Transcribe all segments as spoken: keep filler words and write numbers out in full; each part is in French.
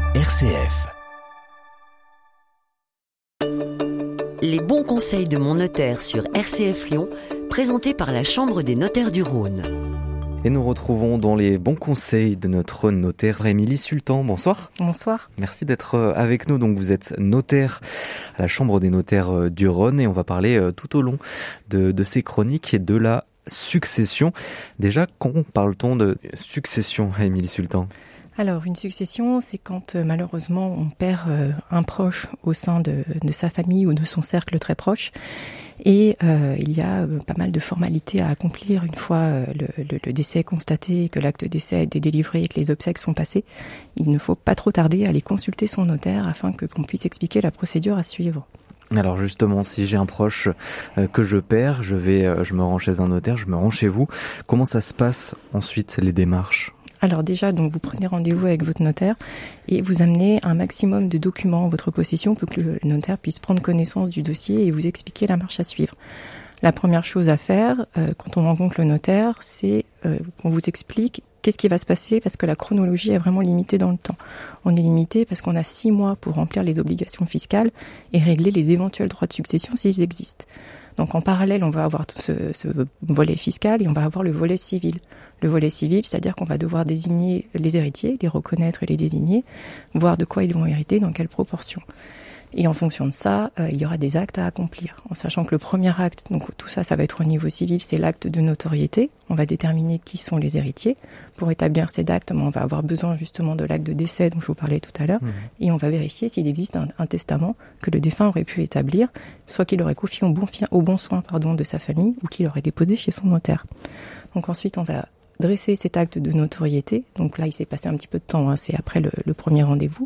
R C F. Les bons conseils de mon notaire sur R C F Lyon, présentés par la Chambre des notaires du Rhône. Et nous retrouvons dans les bons conseils de notre notaire Émilie Sultan. Bonsoir. Bonsoir. Merci d'être avec nous. Donc vous êtes notaire à la Chambre des notaires du Rhône et on va parler tout au long de, de ces chroniques et de la succession. Déjà, quand parle-t-on de succession, Émilie Sultan ? Alors, une succession, c'est quand euh, malheureusement on perd euh, un proche au sein de, de sa famille ou de son cercle très proche. Et euh, il y a euh, pas mal de formalités à accomplir une fois euh, le, le, le décès constaté, que l'acte de décès a été délivré et que les obsèques sont passées. Il ne faut pas trop tarder à aller consulter son notaire afin que qu'on puisse expliquer la procédure à suivre. Alors justement, si j'ai un proche euh, que je perds, je vais, euh, je me rends chez un notaire, je me rends chez vous. Comment ça se passe ensuite, les démarches ? Alors déjà, donc vous prenez rendez-vous avec votre notaire et vous amenez un maximum de documents en votre possession pour que le notaire puisse prendre connaissance du dossier et vous expliquer la marche à suivre. La première chose à faire euh, quand on rencontre le notaire, c'est euh, qu'on vous explique qu'est-ce qui va se passer parce que la chronologie est vraiment limitée dans le temps. On est limité parce qu'on a six mois pour remplir les obligations fiscales et régler les éventuels droits de succession s'ils existent. Donc en parallèle, on va avoir tout ce, ce volet fiscal et on va avoir le volet civil. Le volet civil, c'est-à-dire qu'on va devoir désigner les héritiers, les reconnaître et les désigner, voir de quoi ils vont hériter, dans quelle proportion. Et en fonction de ça, euh, il y aura des actes à accomplir. En sachant que le premier acte, donc tout ça, ça va être au niveau civil, c'est l'acte de notoriété. On va déterminer qui sont les héritiers. Pour établir cet acte, on va avoir besoin justement de l'acte de décès dont je vous parlais tout à l'heure. Mmh. Et on va vérifier s'il existe un, un testament que le défunt aurait pu établir, soit qu'il aurait confié au bon, au bon soin pardon, de sa famille ou qu'il aurait déposé chez son notaire. Donc ensuite, on va dresser cet acte de notoriété. Donc là, il s'est passé un petit peu de temps, hein, c'est après le, le premier rendez-vous.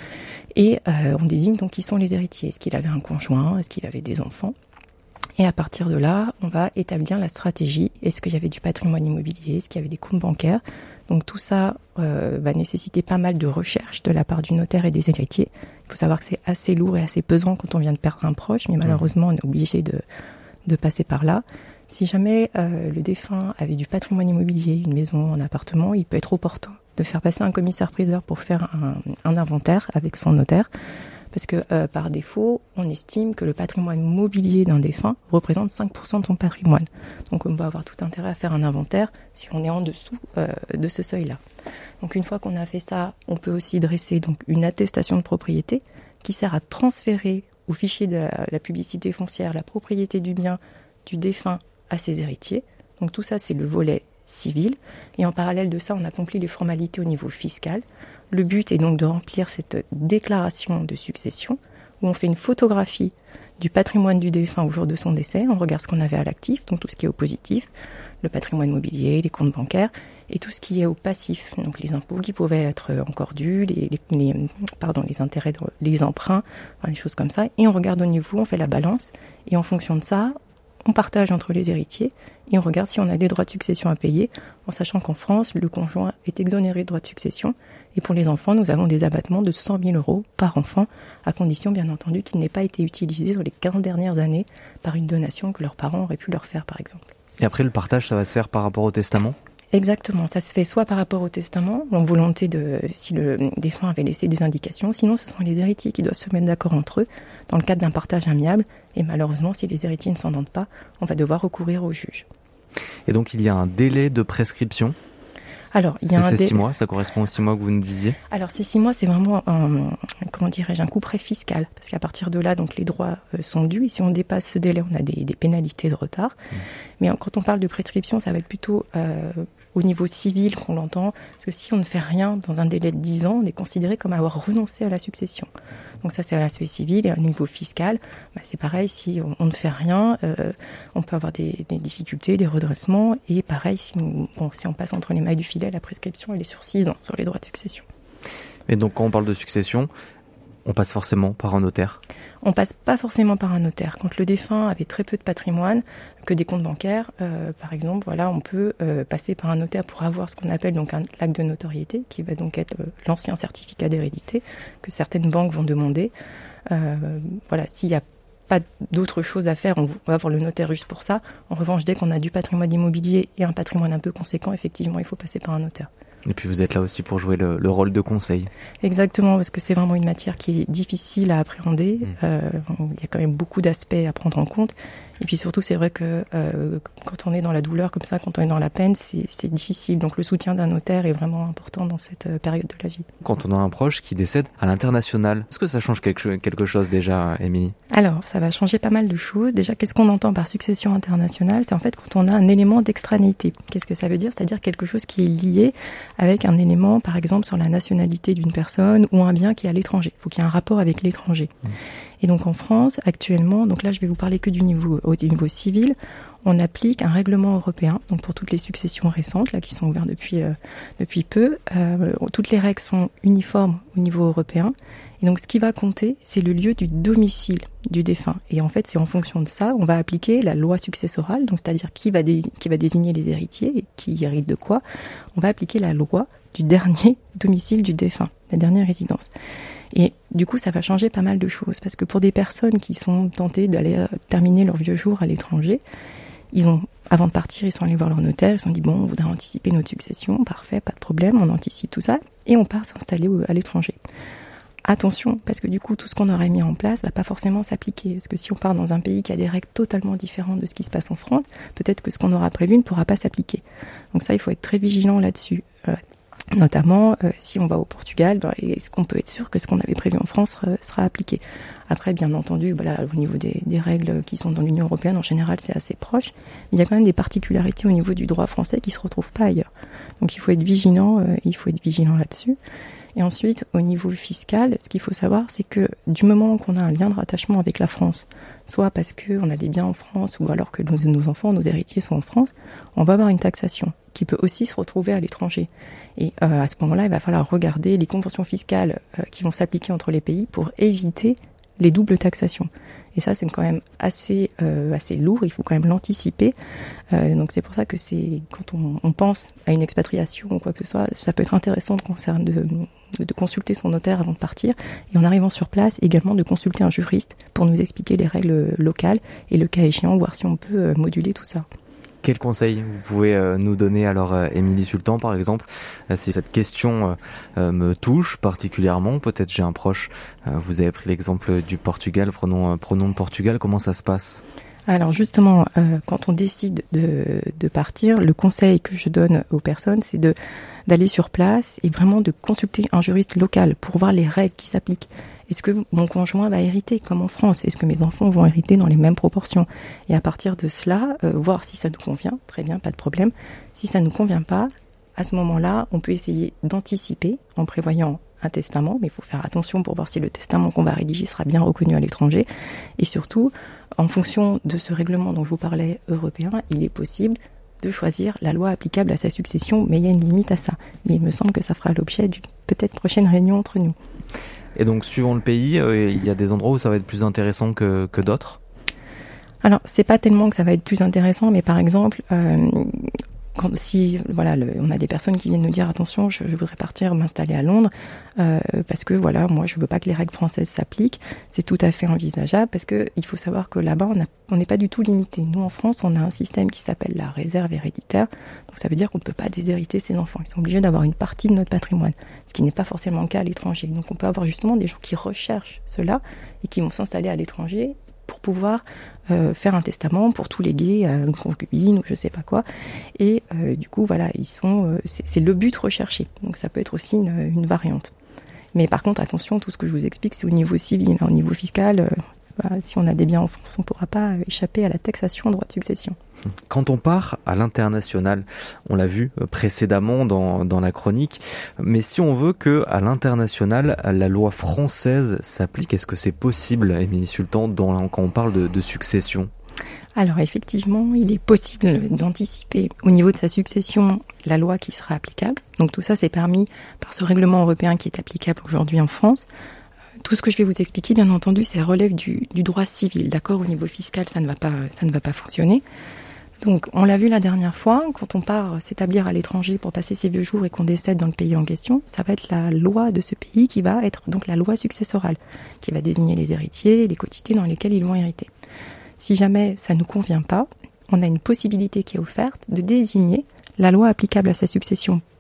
Et euh, on désigne donc qui sont les héritiers. Est-ce qu'il avait un conjoint ? Est-ce qu'il avait des enfants ? Et à partir de là, on va établir la stratégie. Est-ce qu'il y avait du patrimoine immobilier ? Est-ce qu'il y avait des comptes bancaires ? Donc tout ça euh, va nécessiter pas mal de recherches de la part du notaire et des héritiers. Il faut savoir que c'est assez lourd et assez pesant quand on vient de perdre un proche, mais malheureusement, on est obligé de, de passer par là. Si jamais euh, le défunt avait du patrimoine immobilier, une maison, un appartement, il peut être opportun de faire passer un commissaire-priseur pour faire un, un inventaire avec son notaire. Parce que euh, par défaut, on estime que le patrimoine mobilier d'un défunt représente cinq pour cent de son patrimoine. Donc on va avoir tout intérêt à faire un inventaire si on est en dessous euh, de ce seuil-là. Donc une fois qu'on a fait ça, on peut aussi dresser donc une attestation de propriété qui sert à transférer au fichier de la, la publicité foncière la propriété du bien du défunt à ses héritiers. Donc tout ça, c'est le volet civil. Et en parallèle de ça, on accomplit les formalités au niveau fiscal. Le but est donc de remplir cette déclaration de succession où on fait une photographie du patrimoine du défunt au jour de son décès. On regarde ce qu'on avait à l'actif, donc tout ce qui est au positif, le patrimoine mobilier, les comptes bancaires, et tout ce qui est au passif, donc les impôts qui pouvaient être encore dus, les, les, les, pardon, les intérêts, les emprunts, enfin, les choses comme ça. Et on regarde au niveau, on fait la balance, et en fonction de ça, on partage entre les héritiers et on regarde si on a des droits de succession à payer, en sachant qu'en France, le conjoint est exonéré de droits de succession. Et pour les enfants, nous avons des abattements de cent mille euros par enfant, à condition bien entendu qu'il n'ait pas été utilisé sur les quinze dernières années par une donation que leurs parents auraient pu leur faire par exemple. Et après, le partage, ça va se faire par rapport au testament ? Exactement, ça se fait soit par rapport au testament, en volonté de si le défunt avait laissé des indications, sinon ce sont les héritiers qui doivent se mettre d'accord entre eux dans le cadre d'un partage amiable, et malheureusement si les héritiers ne s'entendent pas, on va devoir recourir au juge. Et donc il y a un délai de prescription ? Alors, il y a c'est un ces dé... six mois, ça correspond aux six mois que vous nous disiez ? Alors, ces six mois, c'est vraiment un, comment dirais-je, un couperet fiscal. Parce qu'à partir de là, donc, les droits euh, sont dus. Et si on dépasse ce délai, on a des, des pénalités de retard. Mmh. Mais quand on parle de prescription, ça va être plutôt euh, au niveau civil qu'on l'entend. Parce que si on ne fait rien dans un délai de dix ans, on est considéré comme avoir renoncé à la succession. Donc ça, c'est à l'aspect civil. Et au niveau fiscal, bah, c'est pareil, si on, on ne fait rien, euh, on peut avoir des, des difficultés, des redressements. Et pareil, si on, bon, si on passe entre les mailles du filet, la prescription, elle est sur six ans sur les droits de succession. Et donc, quand on parle de succession, on passe forcément par un notaire ? On passe pas forcément par un notaire. Quand le défunt avait très peu de patrimoine, que des comptes bancaires, euh, par exemple, voilà, on peut euh, passer par un notaire pour avoir ce qu'on appelle donc un acte de notoriété, qui va donc être euh, l'ancien certificat d'hérédité que certaines banques vont demander. Euh, voilà, s'il y a pas d'autre chose à faire, on va voir le notaire juste pour ça. En revanche, dès qu'on a du patrimoine immobilier et un patrimoine un peu conséquent, effectivement, il faut passer par un notaire. Et puis vous êtes là aussi pour jouer le, le rôle de conseil. Exactement, parce que c'est vraiment une matière qui est difficile à appréhender. Mmh. Euh, il y a quand même beaucoup d'aspects à prendre en compte. Et puis surtout, c'est vrai que euh, quand on est dans la douleur comme ça, quand on est dans la peine, c'est, c'est difficile. Donc le soutien d'un notaire est vraiment important dans cette période de la vie. Quand on a un proche qui décède à l'international, est-ce que ça change quelque, quelque chose déjà, Émilie ? Alors, ça va changer pas mal de choses. Déjà, qu'est-ce qu'on entend par succession internationale ? C'est en fait quand on a un élément d'extranéité. Qu'est-ce que ça veut dire ? C'est-à-dire quelque chose qui est lié avec un élément, par exemple, sur la nationalité d'une personne ou un bien qui est à l'étranger. Il faut qu'il y ait un rapport avec l'étranger. Mmh. Et donc en France, actuellement, donc là je vais vous parler que du niveau, au niveau civil, on applique un règlement européen, donc pour toutes les successions récentes, là qui sont ouvertes depuis, euh, depuis peu, euh, toutes les règles sont uniformes au niveau européen. Et donc ce qui va compter, c'est le lieu du domicile du défunt. Et en fait, c'est en fonction de ça, on va appliquer la loi successorale, donc c'est-à-dire qui va, dé- qui va désigner les héritiers, et qui hérite de quoi. On va appliquer la loi du dernier domicile du défunt, la dernière résidence. Et du coup, ça va changer pas mal de choses, parce que pour des personnes qui sont tentées d'aller terminer leur vieux jour à l'étranger, ils ont, avant de partir, ils sont allés voir leur notaire, ils se sont dit, bon, on voudrait anticiper notre succession, parfait, pas de problème, on anticipe tout ça, et on part s'installer à l'étranger. Attention, parce que du coup, tout ce qu'on aurait mis en place va pas forcément s'appliquer. Parce que si on part dans un pays qui a des règles totalement différentes de ce qui se passe en France, peut-être que ce qu'on aura prévu ne pourra pas s'appliquer. Donc ça, il faut être très vigilant là-dessus. Euh, notamment, euh, si on va au Portugal, ben, est-ce qu'on peut être sûr que ce qu'on avait prévu en France euh, sera appliqué ? Après, bien entendu, voilà, au niveau des, des règles qui sont dans l'Union européenne, en général, c'est assez proche. Mais il y a quand même des particularités au niveau du droit français qui se retrouvent pas ailleurs. Donc il faut être vigilant, euh, il faut être vigilant là-dessus. Et ensuite, au niveau fiscal, ce qu'il faut savoir, c'est que du moment qu'on a un lien de rattachement avec la France, soit parce qu'on a des biens en France, ou alors que nos, nos enfants, nos héritiers sont en France, on va avoir une taxation qui peut aussi se retrouver à l'étranger. Et euh, à ce moment-là, il va falloir regarder les conventions fiscales euh, qui vont s'appliquer entre les pays pour éviter les doubles taxations. Et ça, c'est quand même assez euh, assez lourd, il faut quand même l'anticiper. Euh, donc c'est pour ça que c'est quand on, on pense à une expatriation ou quoi que ce soit, ça peut être intéressant de, concerne, de, de consulter son notaire avant de partir. Et en arrivant sur place, également de consulter un juriste pour nous expliquer les règles locales et le cas échéant, voir si on peut moduler tout ça. Quel conseil vous pouvez euh, nous donner alors, euh, Émilie Sultan, par exemple, euh, si cette question euh, me touche particulièrement, peut-être j'ai un proche, euh, vous avez pris l'exemple du Portugal, prenons, euh, prenons le Portugal, comment ça se passe ? Alors justement, euh, quand on décide de, de partir, le conseil que je donne aux personnes, c'est de d'aller sur place et vraiment de consulter un juriste local pour voir les règles qui s'appliquent. Est-ce que mon conjoint va hériter comme en France ? Est-ce que mes enfants vont hériter dans les mêmes proportions ? Et à partir de cela, euh, voir si ça nous convient, très bien, pas de problème. Si ça ne nous convient pas, à ce moment-là, on peut essayer d'anticiper en prévoyant un testament, mais il faut faire attention pour voir si le testament qu'on va rédiger sera bien reconnu à l'étranger. Et surtout, en fonction de ce règlement dont je vous parlais européen, il est possible de choisir la loi applicable à sa succession, mais il y a une limite à ça. Mais il me semble que ça fera l'objet d'une peut-être prochaine réunion entre nous. Et donc, suivant le pays, euh, il y a des endroits où ça va être plus intéressant que, que d'autres ? Alors, c'est pas tellement que ça va être plus intéressant, mais par exemple, euh, quand, si voilà, le, on a des personnes qui viennent nous dire attention, je, je voudrais partir m'installer à Londres euh, parce que voilà, moi je veux pas que les règles françaises s'appliquent. C'est tout à fait envisageable parce que il faut savoir que là-bas on n'est pas du tout limité. Nous en France, on a un système qui s'appelle la réserve héréditaire. Donc ça veut dire qu'on ne peut pas déshériter ses enfants. Ils sont obligés d'avoir une partie de notre patrimoine, ce qui n'est pas forcément le cas à l'étranger. Donc on peut avoir justement des gens qui recherchent cela et qui vont s'installer à l'étranger pour pouvoir euh, faire un testament pour tout léguer à une concubine ou je sais pas quoi. Et euh, du coup, voilà, ils sont, euh, c'est, c'est le but recherché. Donc ça peut être aussi une, une variante. Mais par contre, attention, tout ce que je vous explique, c'est au niveau civil. Hein, au niveau fiscal, euh, bah, si on a des biens en France, on ne pourra pas échapper à la taxation en droit de succession. Quand on part à l'international, on l'a vu précédemment dans, dans la chronique, mais si on veut que à l'international, la loi française s'applique, est-ce que c'est possible, Émilie Sultan, dans, quand on parle de, de succession ? Alors effectivement, il est possible d'anticiper au niveau de sa succession la loi qui sera applicable. Donc tout ça, c'est permis par ce règlement européen qui est applicable aujourd'hui en France. Tout ce que je vais vous expliquer, bien entendu, ça relève du, du droit civil, d'accord ? Au niveau fiscal, ça ne va pas, ça ne va pas fonctionner. Donc, on l'a vu la dernière fois, quand on part s'établir à l'étranger pour passer ses vieux jours et qu'on décède dans le pays en question, ça va être la loi de ce pays qui va être donc la loi successorale, qui va désigner les héritiers, les quotités dans lesquelles ils vont hériter. Si jamais ça ne nous convient pas, on a une possibilité qui est offerte de désigner la loi applicable à sa succession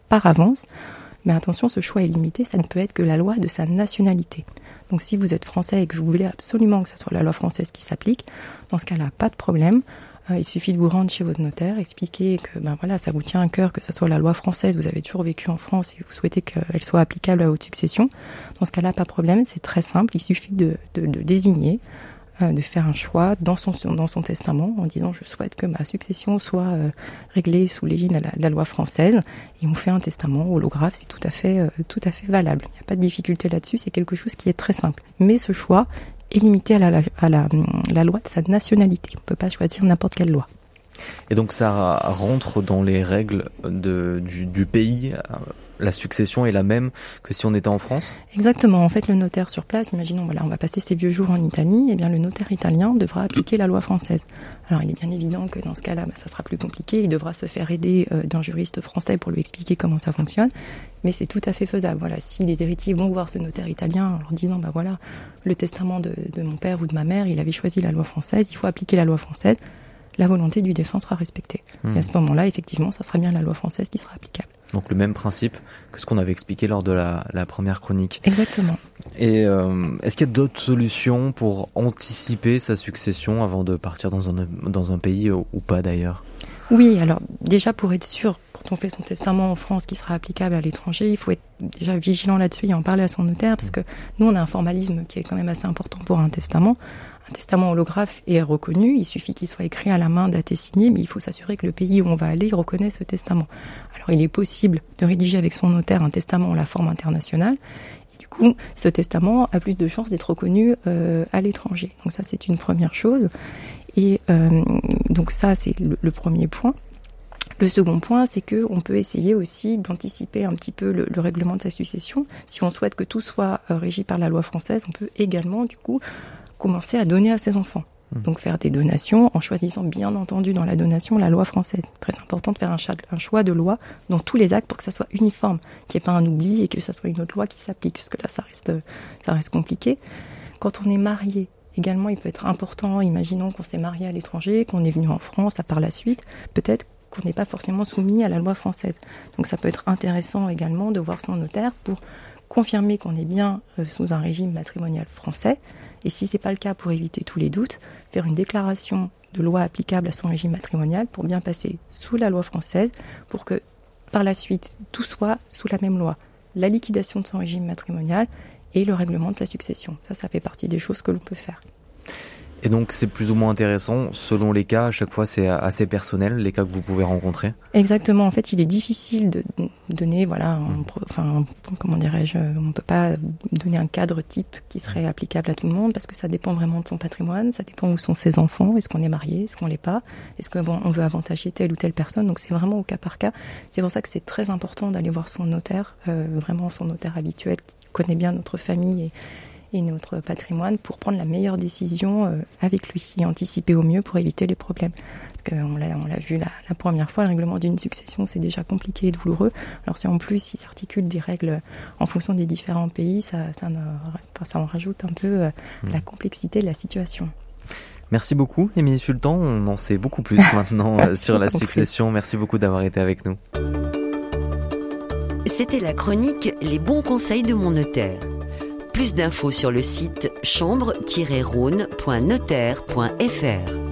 par avance. Mais attention, ce choix est limité, ça ne peut être que la loi de sa nationalité. Donc si vous êtes français et que vous voulez absolument que ce soit la loi française qui s'applique, dans ce cas-là, pas de problème. Euh, il suffit de vous rendre chez votre notaire, expliquer que ben voilà, ça vous tient à cœur que ce soit la loi française, vous avez toujours vécu en France et vous souhaitez qu'elle soit applicable à votre succession. Dans ce cas-là, pas de problème, c'est très simple, il suffit de, de, de désigner, euh, de faire un choix dans son, dans son testament en disant je souhaite que ma succession soit euh, réglée sous l'égide de la, de la loi française, et on fait un testament holographe, c'est tout à fait, euh, tout à fait valable. Il n'y a pas de difficulté là-dessus, c'est quelque chose qui est très simple. Mais ce choix est limité à la, à la, la loi de sa nationalité. On ne peut pas choisir n'importe quelle loi. Et donc ça rentre dans les règles de, du, du pays. La succession est la même que si on était en France ? Exactement. En fait, le notaire sur place, imaginons, voilà, on va passer ses vieux jours en Italie, et bien le notaire italien devra appliquer la loi française. Alors, il est bien évident que dans ce cas-là, bah, ça sera plus compliqué. Il devra se faire aider euh, d'un juriste français pour lui expliquer comment ça fonctionne. Mais c'est tout à fait faisable. Voilà, si les héritiers vont voir ce notaire italien en leur disant, bah voilà, le testament de, de mon père ou de ma mère, il avait choisi la loi française, il faut appliquer la loi française, la volonté du défunt sera respectée. Mmh. Et à ce moment-là, effectivement, ça sera bien la loi française qui sera applicable. Donc le même principe que ce qu'on avait expliqué lors de la, la première chronique. Exactement. Et euh, est-ce qu'il y a d'autres solutions pour anticiper sa succession avant de partir dans un, dans un pays ou, ou pas d'ailleurs ? Oui, alors déjà pour être sûr, quand on fait son testament en France qui sera applicable à l'étranger, il faut être déjà vigilant là-dessus et en parler à son notaire, parce que nous on a un formalisme qui est quand même assez important pour un testament. Un testament holographe est reconnu, il suffit qu'il soit écrit à la main, daté, signé, mais il faut s'assurer que le pays où on va aller reconnaît ce testament. Alors il est possible de rédiger avec son notaire un testament en la forme internationale, et du coup ce testament a plus de chances d'être reconnu euh, à l'étranger. Donc ça c'est une première chose, et euh, donc ça c'est le, le premier point. Le second point, c'est que on peut essayer aussi d'anticiper un petit peu le, le règlement de sa succession. Si on souhaite que tout soit euh, régi par la loi française, on peut également du coup commencer à donner à ses enfants. Mmh. Donc faire des donations en choisissant bien entendu dans la donation la loi française. Très important de faire un, ch- un choix de loi dans tous les actes pour que ça soit uniforme, qu'il n'y ait pas un oubli et que ça soit une autre loi qui s'applique, parce que là ça reste, ça reste compliqué. Quand on est marié, également il peut être important, imaginons qu'on s'est marié à l'étranger, qu'on est venu en France à par la suite, peut-être qu'on n'est pas forcément soumis à la loi française. Donc ça peut être intéressant également de voir son notaire pour confirmer qu'on est bien sous un régime matrimonial français. Et si ce n'est pas le cas, pour éviter tous les doutes, faire une déclaration de loi applicable à son régime matrimonial pour bien passer sous la loi française, pour que par la suite tout soit sous la même loi. La liquidation de son régime matrimonial et le règlement de sa succession. Ça, ça fait partie des choses que l'on peut faire. Et donc c'est plus ou moins intéressant selon les cas, à chaque fois c'est assez personnel, les cas que vous pouvez rencontrer. Exactement, en fait il est difficile de donner, voilà, un, enfin comment dirais-je, on ne peut pas donner un cadre type qui serait applicable à tout le monde, parce que ça dépend vraiment de son patrimoine, ça dépend où sont ses enfants, est-ce qu'on est marié, est-ce qu'on l'est pas, est-ce qu'on veut avantager telle ou telle personne, donc c'est vraiment au cas par cas. C'est pour ça que c'est très important d'aller voir son notaire, euh, vraiment son notaire habituel qui connaît bien notre famille et et notre patrimoine pour prendre la meilleure décision euh, avec lui et anticiper au mieux pour éviter les problèmes. Parce qu'on l'a, on l'a vu la, la première fois, le règlement d'une succession, c'est déjà compliqué et douloureux. Alors si en plus il s'articule des règles en fonction des différents pays, ça, ça, ne, enfin, ça en rajoute un peu euh, mmh. la complexité de la situation. Merci beaucoup, Émilie Sultan. On en sait beaucoup plus maintenant euh, sur la succession. Merci beaucoup d'avoir été avec nous. C'était la chronique « Les bons conseils de mon notaire ». Plus d'infos sur le site chambre tiret rhône point notaire point f r.